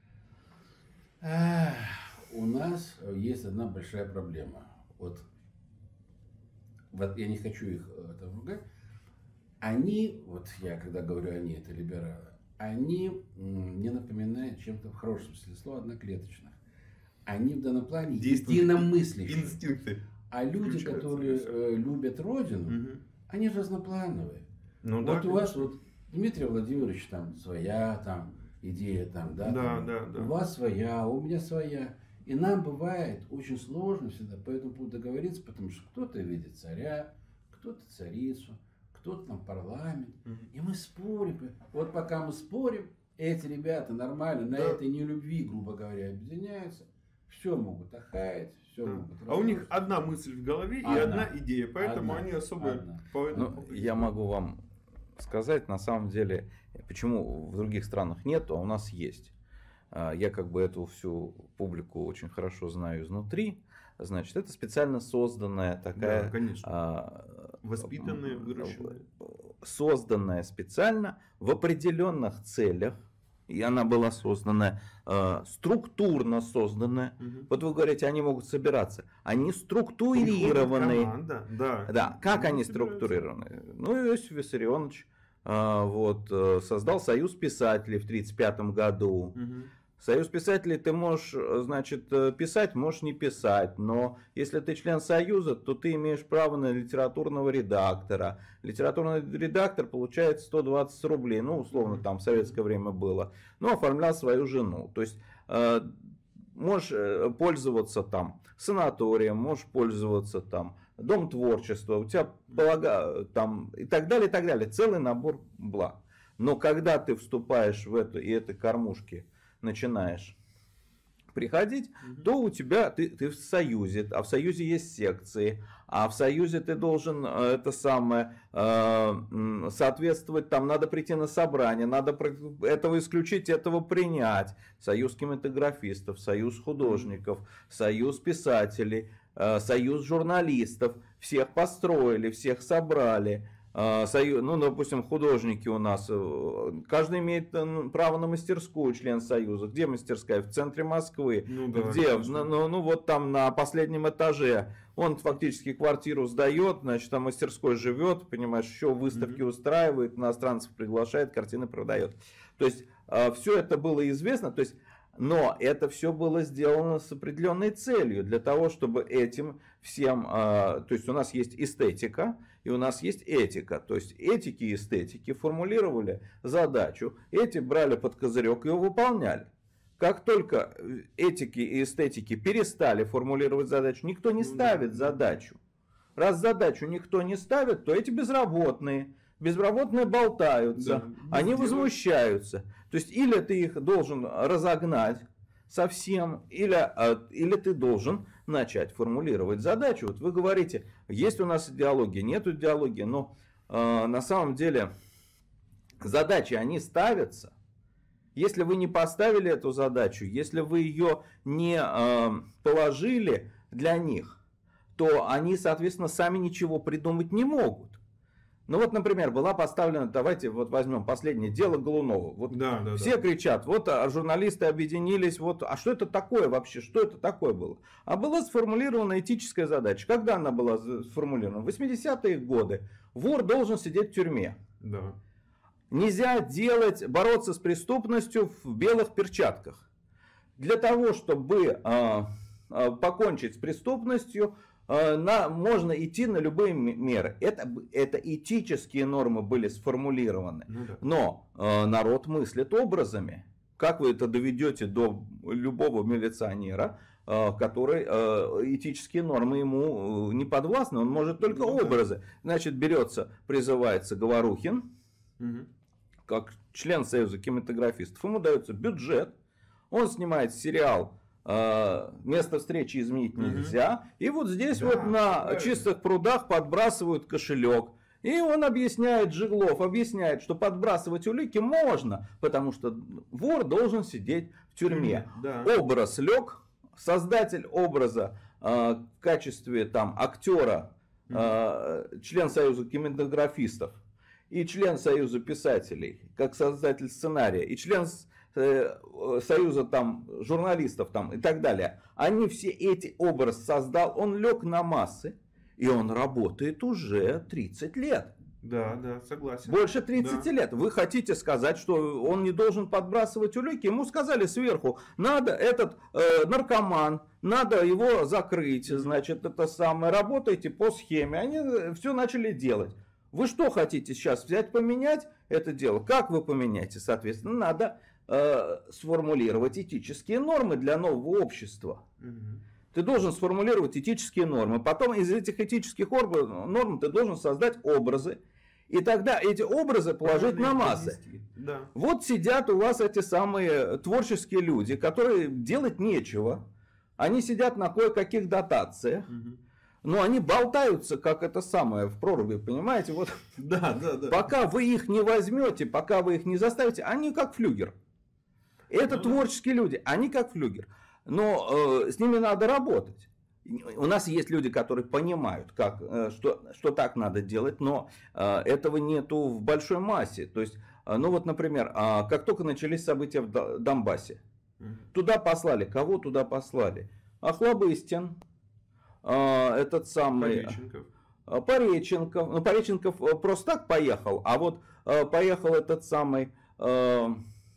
Ах, у нас есть одна большая проблема. Вот, вот я не хочу их э, это ругать. Они, вот я когда говорю они, это либералы, они м, мне напоминают чем-то, в хорошем смысле слова, одноклеточных. Они в данном плане Действуют единомыслящие. Инстинкты. А люди, включаются, которые и всё. э, любят Родину, Мгм. они же разноплановые. Ну да, Вот у вас, конечно. вот, Дмитрий Владимирович, там своя там идея, там, да, Да, там, да, да. у вас своя, у меня своя. И нам бывает очень сложно всегда по этому поводу договориться, потому что кто-то видит царя, кто-то царицу, кто-то там парламент. Мгм. И мы спорим. Вот пока мы спорим, эти ребята нормально на Да. этой нелюбви, грубо говоря, объединяются. Все могут охаять, все Да. могут А у них разрушить. одна мысль в голове и Одна. одна идея, поэтому Одна. они особо Одна. по этому Ну, поводу- я могу вам сказать, на самом деле, почему в других странах нет, а у нас есть. А, Я как бы эту всю публику очень хорошо знаю изнутри. Значит, это специально созданная Да, такая... конечно. а, Воспитанные, м, выращенные. Созданная специально в определенных целях. И она была создана, э, структурно созданная. Мгм. Вот вы говорите, они могут собираться. Они Приходит структурированы. команда, да. Да, как Они они собираются. структурированы? Ну, Иосиф Виссарионович а, вот, э, создал Союз писателей в тридцать пятом году. Мгм. Союз писателей ты можешь, э, значит, э, писать, можешь не писать, но если ты член Союза, то ты имеешь право на литературного редактора. Литературный редактор получает сто двадцать рублей, ну, условно, там в советское время было, но оформлял свою жену. То есть, э, можешь э, пользоваться там санаторием, можешь пользоваться там Дом творчества, у тебя полага, там и так далее, и так далее. Целый набор благ. Но когда ты вступаешь в эту и этой кормушки начинаешь приходить, Мгм. то у тебя ты, ты в союзе, а в союзе есть секции, а в союзе ты должен э, это самое э, м, соответствовать, там надо прийти на собрание, надо про- этого исключить, этого принять. Союз кинематографистов, союз художников, союз писателей, э, союз журналистов, всех построили, всех собрали. Э, Союз, ну, допустим, художники у нас, э, каждый имеет э, право на мастерскую, член союза. Где мастерская? В центре Москвы. Ну да, Где? конечно. Ну, ну, вот там на последнем этаже. Он фактически квартиру сдает, значит, там мастерской живет, понимаешь, еще выставки Мгм. устраивает, иностранцев приглашает, картины продает. То есть, все это было известно, то есть, но это все было сделано с определенной целью, для того, чтобы этим всем, э, то есть у нас есть эстетика, и у нас есть этика. То есть этики и эстетики формулировали задачу, эти брали под козырек и ее выполняли. Как только этики и эстетики перестали формулировать задачу, никто не Ну ставит да. задачу. Раз задачу никто не ставит, то эти безработные, безработные болтаются, Да, они сделают. возмущаются. То есть или ты их должен разогнать совсем, или, э, или ты должен начать формулировать задачу. Вот вы говорите, есть у нас идеология, нет идеологии, но э, на самом деле задачи, они ставятся. Если вы не поставили эту задачу, если вы ее не э, положили для них, то они, соответственно, сами ничего придумать не могут. Ну вот, например, была поставлена, давайте вот возьмем последнее дело Голунова. Вот Да, да, все да. кричат, вот а, журналисты объединились, вот, а что это такое вообще, что это такое было? А была сформулирована этическая задача. Когда она была сформулирована? В восьмидесятые годы. Вор должен сидеть в тюрьме. Да. Нельзя делать, бороться с преступностью в белых перчатках. Для того, чтобы а, а, покончить с преступностью, На, можно идти на любые меры. Это, это этические нормы были сформулированы. Ну, да. Но э, народ мыслит образами. Как вы это доведете до любого милиционера, э, который э, этические нормы ему не подвластны, он может только Ну, да. образы. Значит, берется, призывается Говорухин, Угу. как член Союза кинематографистов, ему дается бюджет, он снимает сериал «Место встречи изменить Мгм. нельзя». И вот здесь Да, вот на правильно. чистых прудах подбрасывают кошелек. И он объясняет, Жиглов объясняет, что подбрасывать улики можно, потому что вор должен сидеть в тюрьме. Да. Образ лег, создатель образа э, в качестве там актера, э, член Союза кинематографистов и член Союза писателей, как создатель сценария, и член Союза там журналистов там и так далее, они все эти образы создал, он лег на массы, и он работает уже тридцать лет. Да, да, согласен. Больше тридцати Да. лет. Вы хотите сказать, что он не должен подбрасывать улики? Ему сказали сверху, надо этот э, наркоман, надо его закрыть, значит, это самое, работайте по схеме. Они все начали делать. Вы что хотите сейчас взять, поменять это дело? Как вы поменяете? Соответственно, надо э, сформулировать этические нормы для нового общества. Мгм. Ты должен сформулировать этические нормы. Потом из этих этических орг- норм ты должен создать образы. И тогда эти образы положить Правильно на их массы. донести. Да. Вот сидят у вас эти самые творческие люди, которые делать нечего. Они сидят на кое-каких дотациях. Мгм. Но они болтаются, как это самое, в проруби, понимаете? Вот Да, да, да. пока вы их не возьмете, пока вы их не заставите, они как флюгер. Это Ну да. творческие люди, они как флюгер. Но э, с ними надо работать. У нас есть люди, которые понимают, как, э, что, что так надо делать, но э, этого нету в большой массе. То есть, э, ну вот, например, э, как только начались события в Д- Донбассе, Мгм. туда послали, кого туда послали? Охлобыстин, э, этот самый... Пореченков. э, Пореченков. Ну, Пореченков э, просто так поехал, а вот э, поехал этот самый э,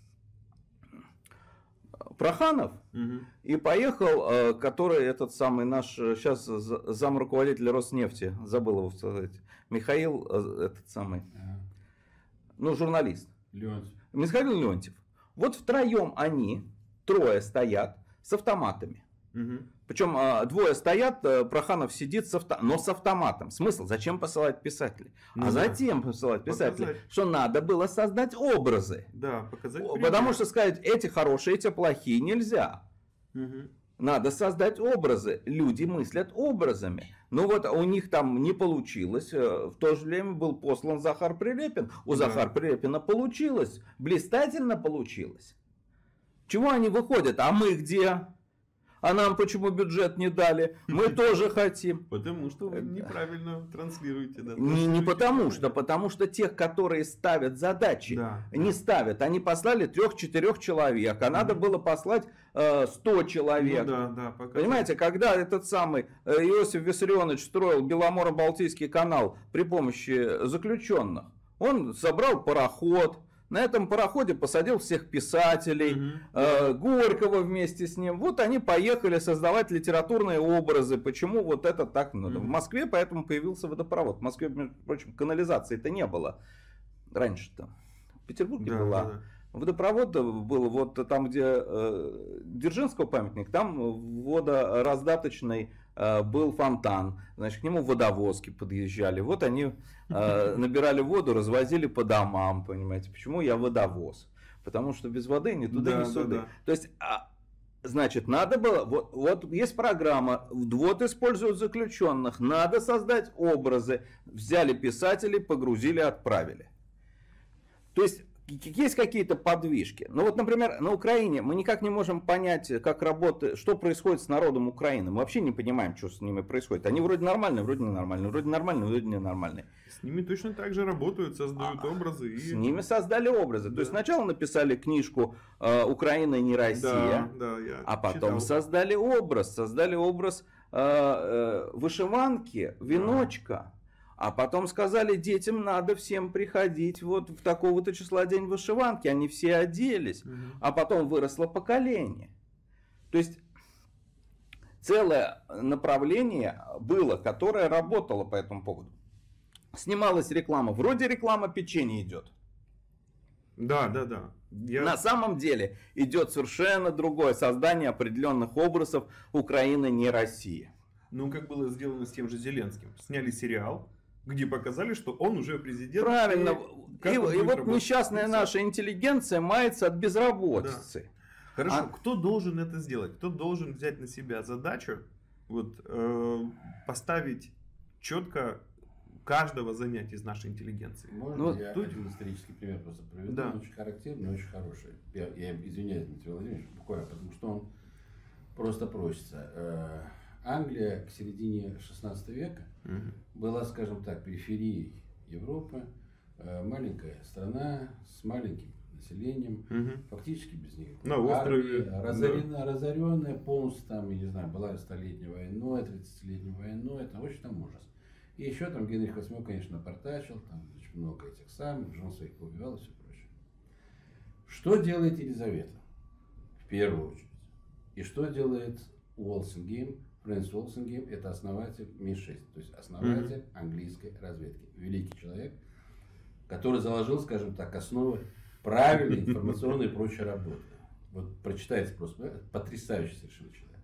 Проханов. Мгм. И поехал, э, который этот самый наш сейчас зам руководителя Роснефти, забыл его сказать, Михаил, э, этот самый, А, ну, журналист, Леонтьев. Михаил Леонтьев. Вот втроем они, трое стоят с автоматами. Мгм. Причем э, двое стоят, э, Проханов сидит, с авто... но с автоматом. Смысл? Зачем посылать писателей? Ну а да. затем посылать писателей, Показать. что надо было создать образы. Да, показать О, пример. Потому что сказать, эти хорошие, эти плохие нельзя. Мгм. Надо создать образы. Люди мыслят образами. Ну вот у них там не получилось. Э, В то же время был послан Захар Прилепин. У Да. Захара Прилепина получилось. Блистательно получилось. Чего они выходят? А мы где? А нам почему бюджет не дали? Мы тоже хотим. Потому что вы неправильно транслируете. Да, Не, не транслируете потому что, правильно. потому что тех, которые ставят задачи, Да. не ставят. Они послали трех-четырех человек, а надо Мгм. было послать э, сто человек. Ну да, да, показать. Понимаете, когда этот самый э, Иосиф Виссарионович строил Беломоро-Балтийский канал при помощи заключенных, он собрал пароход, на этом пароходе посадил всех писателей, Мгм. э, Горького вместе с ним. Вот они поехали создавать литературные образы. Почему вот это так надо? Мгм. В Москве поэтому появился водопровод. В Москве, между прочим, канализации-то не было раньше-то. В Петербурге Да, была. да, да. Водопровод был вот там, где э, Дзержинского памятник, там водораздаточный э, был фонтан. Значит, к нему водовозки подъезжали. Вот они э, набирали воду, развозили по домам, понимаете. Почему я водовоз? Потому что без воды ни туда, Да, ни да, сюда. да. То есть, а, значит, надо было, вот, вот есть программа, вот используют заключенных, надо создать образы. Взяли писателей, погрузили, отправили. То есть, есть какие-то подвижки. Ну вот, например, на Украине мы никак не можем понять, как работает, что происходит с народом Украины. Мы вообще не понимаем, что с ними происходит. Они вроде нормальные, вроде ненормальные, вроде нормальные, вроде ненормальные. С ними точно так же работают, создают а, образы. И... С ними создали образы. Да. То есть сначала написали книжку э, «Украина не Россия», да, да, я а потом читал. создали образ. Создали образ э, э, вышиванки, веночка. Да. А потом сказали, детям надо всем приходить вот в такого-то числа день вышиванки. Они все оделись. Угу. А потом выросло поколение. То есть целое направление было, которое работало по этому поводу. Снималась реклама. Вроде реклама печенья идет. Да, да, да. Я... На самом деле идет совершенно другое создание определенных образов «Украина не Россия». Ну, как было сделано с тем же Зеленским. Сняли сериал, где показали, что он уже президент. Правильно. И, и, и вот работать? Несчастная наша интеллигенция мается от безработицы. Да. Хорошо, а... кто должен это сделать? Кто должен взять на себя задачу вот, э, поставить четко каждого занять из нашей интеллигенции? Можно ну, я тут... один исторический пример просто приведу? Да. Он очень характерный, очень хороший. Я, я извиняюсь, Дмитрий Владимирович, буквально, потому что он просто просится. Англия к середине шестнадцатого века угу. была, скажем так, периферией Европы, маленькая страна с маленьким населением, угу. фактически без них. На острове. Разоренная, да. разоренная полностью, там, я не знаю, была столетней войной, тридцатилетней войной, это очень там ужас. И еще там Генрих восьмой, конечно, напортачил, там очень много этих самых, жен своих поубивал и все прочее. Что делает Елизавета? В первую очередь. И что делает Уолсингем? Фрэнсис Уолсингем – это основатель эм и шесть, то есть основатель mm-hmm. английской разведки. Великий человек, который заложил, скажем так, основы правильной информационной и прочей работы. Вот прочитайте просто, потрясающий совершенно человек.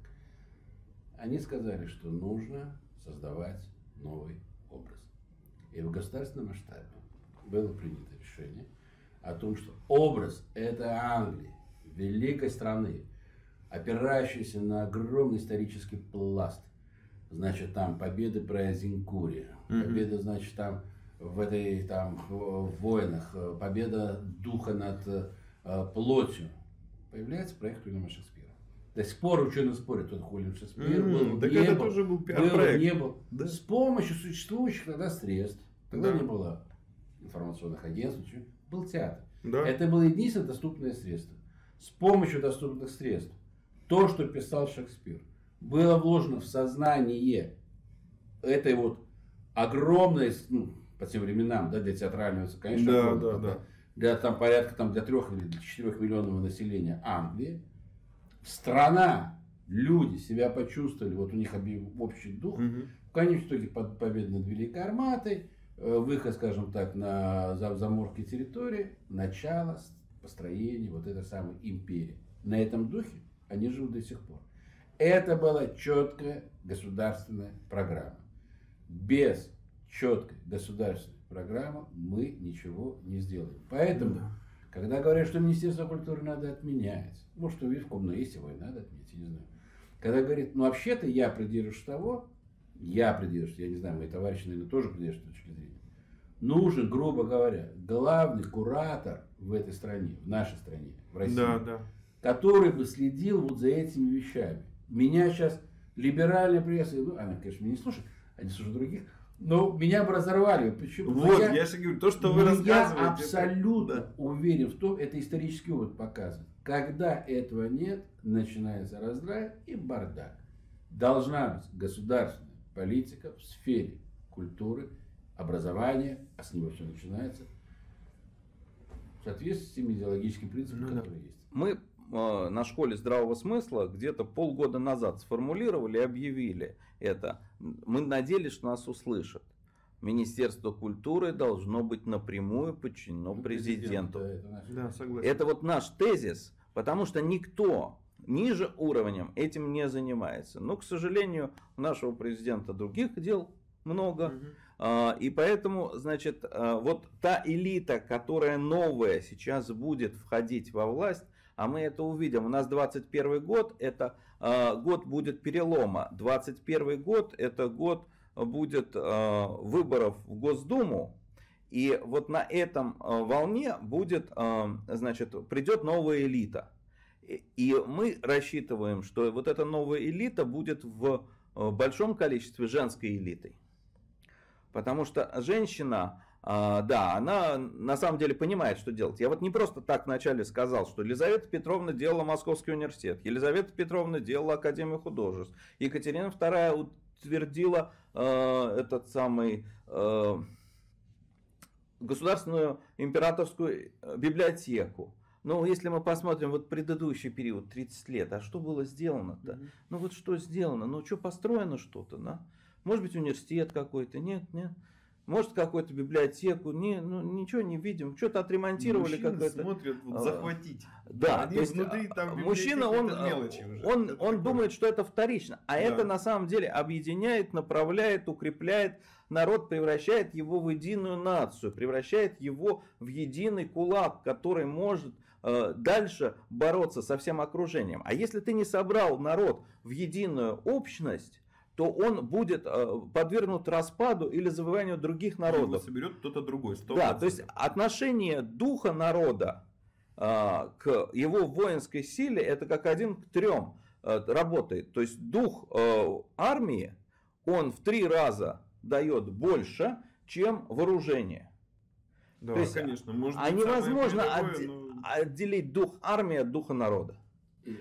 Они сказали, что нужно создавать новый образ. И в государственном масштабе было принято решение о том, что образ этой Англии, великой страны, опирающийся на огромный исторический пласт. Значит, там победы при Азинкуре, mm-hmm. победа, значит, там в этой там в войнах, победа духа над э, плотью. Появляется проект Уильяма Шекспира. До сих пор ученые спорят, тот Уильям Шекспир mm-hmm. был, да не это был, тоже был был, не был. Да. С помощью существующих тогда средств, тогда да. не было информационных агентств, был театр. Да. Это было единственное доступное средство. С помощью доступных средств то, что писал Шекспир, было вложено в сознание этой вот огромной, ну, по тем временам, да, для театрального, конечно, да, огромной, да, да. для там порядка там, для трех или четырех миллионов населения Англии. Страна, люди себя почувствовали, вот у них общий дух, угу. в конечном итоге под победа над Великой Арматой, выход, скажем так, на заморские территории, начало построения вот этой самой империи. На этом духе они живут до сих пор. Это была четкая государственная программа. Без четкой государственной программы мы ничего не сделаем. Поэтому, да. когда говорят, что Министерство культуры надо отменять, может, у Вивком, но есть его и надо отменять, я не знаю. Когда говорит, ну вообще-то я придерживаюсь того, я придерживаюсь, я не знаю, мои товарищи, наверное, тоже придерживаются точки зрения. Нужен, грубо говоря, главный куратор в этой стране, в нашей стране, в России. Да, да. Который бы следил вот за этими вещами. Меня сейчас либеральная пресса, ну, она, конечно, меня не слушает, они слушают других, но меня бы разорвали. Почему? Вот, я, я же говорю, то, что вы рассказываете. Я абсолютно это... уверен в том, это исторический опыт показывает. Когда этого нет, начинается раздрай и бардак. Должна быть государственная политика в сфере культуры, образования, а с него все начинается, в соответствии с теми идеологическими принципами, ну, которые да. есть. Мы на школе здравого смысла где-то полгода назад сформулировали и объявили это. Мы надеялись, что нас услышат. Министерство культуры должно быть напрямую подчинено президенту. Да, это, наш... да, согласен. Это вот наш тезис, потому что никто ниже уровнем этим не занимается. Но, к сожалению, у нашего президента других дел много. Угу. И поэтому, значит, вот та элита, которая новая сейчас будет входить во власть, а мы это увидим. У нас двадцать первый год, это э, год будет перелома. двадцать первый год, это год будет э, выборов в Госдуму. И вот на этом волне будет, значит, придет новая элита. И мы рассчитываем, что вот эта новая элита будет в большом количестве женской элитой. Потому что женщина, да, она на самом деле понимает, что делать. Я вот не просто так вначале сказал, что Елизавета Петровна делала Московский университет, Елизавета Петровна делала Академию художеств, Екатерина вторая утвердила э, этот самый... Э, Государственную императорскую библиотеку. Но если мы посмотрим вот предыдущий период, тридцать лет, а что было сделано-то? Mm-hmm. Ну вот что сделано? Ну что построено что-то? Да? Может быть университет какой-то? Нет, нет. Может какую-то библиотеку? Не, ну, ничего не видим. Что-то отремонтировали. Мужчины смотрят вот, захватить. Да, то есть внутри, там, мужчина, он, он, он думает, что это вторично. А да. это на самом деле объединяет, направляет, укрепляет народ, превращает его в единую нацию, превращает его в единый кулак, который может э, дальше бороться со всем окружением. А если ты не собрал народ в единую общность, то он будет э, подвергнут распаду или завоеванию других народов. Его соберет кто-то другой. сто процентов. Да, то есть отношение духа народа э, к его воинской силе, это как один к трем э, работает. То есть дух э, армии, он в три раза дает больше, чем вооружение. Да, то есть, конечно. Может а невозможно отде- но... отделить дух армии от духа народа. И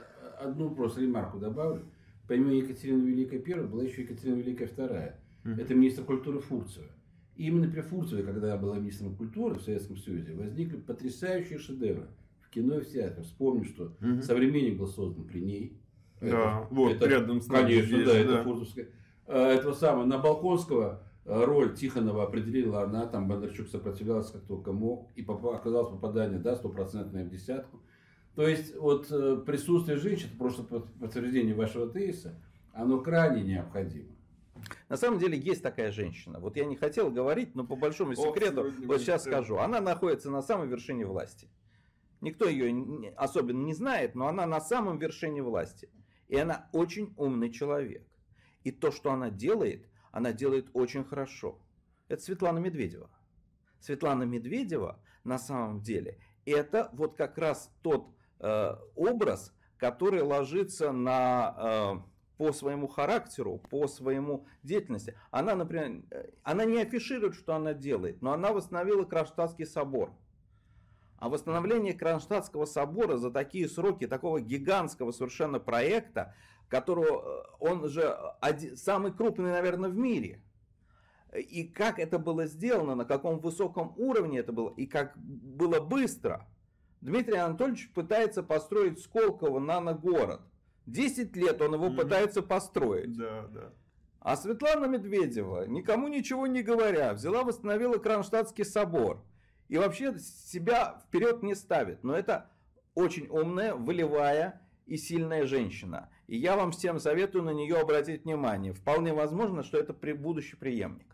одну просто ремарку добавлю. Помимо Екатерины Великой первой, была еще Екатерина Великая вторая. Mm-hmm. Это министр культуры Фурцева. И именно при Фурцеве, когда была министром культуры в Советском Союзе, возникли потрясающие шедевры в кино и в театре. Вспомню, что mm-hmm. «Современник» был создан при ней. Да, это, вот это, рядом с нами. Конечно, здесь, да, да, это Фурцевская. Этого самого, на Болконского роль Тихонова определила она, там Бондарчук сопротивлялся как только мог, и оказалось попадание, да, стопроцентное в десятку. То есть, вот присутствие женщин, просто подтверждение вашего тезиса, оно крайне необходимо. На самом деле есть такая женщина. Вот я не хотел говорить, но по большому секрету, Ох, вот сейчас скажу, она находится на самой вершине власти. Никто ее особенно не знает, но она на самом вершине власти. И она очень умный человек. И то, что она делает, она делает очень хорошо. Это Светлана Медведева. Светлана Медведева на самом деле это вот как раз тот э, образ, который ложится на, э, по своему характеру, по своему деятельности. Она, например, она не афиширует, что она делает, но она восстановила Кронштадтский собор. А восстановление Кронштадтского собора за такие сроки, такого гигантского совершенно проекта, которого он же один, самый крупный, наверное, в мире. И как это было сделано, на каком высоком уровне это было, и как было быстро. Дмитрий Анатольевич пытается построить Сколково нано-город. Десять лет он его mm-hmm. пытается построить. Да, да. А Светлана Медведева, никому ничего не говоря, взяла, восстановила Кронштадтский собор. И вообще себя вперед не ставит. Но это очень умная, волевая и сильная женщина. И я вам всем советую на нее обратить внимание. Вполне возможно, что это будущий преемник.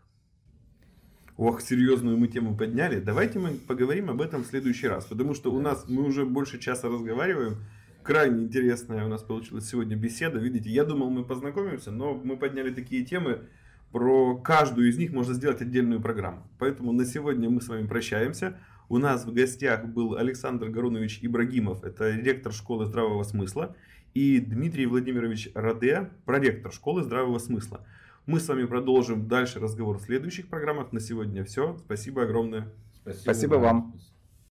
Ох, серьезную мы тему подняли. Давайте мы поговорим об этом в следующий раз. Потому что у нас мы уже больше часа разговариваем. Крайне интересная у нас получилась сегодня беседа. Видите, я думал, мы познакомимся, но мы подняли такие темы. Про каждую из них можно сделать отдельную программу. Поэтому на сегодня мы с вами прощаемся. У нас в гостях был Александр Гарунович Ибрагимов, это ректор школы здравого смысла, и Дмитрий Владимирович Раде, проректор школы здравого смысла. Мы с вами продолжим дальше разговор в следующих программах. На сегодня все. Спасибо огромное. Спасибо, Спасибо вам.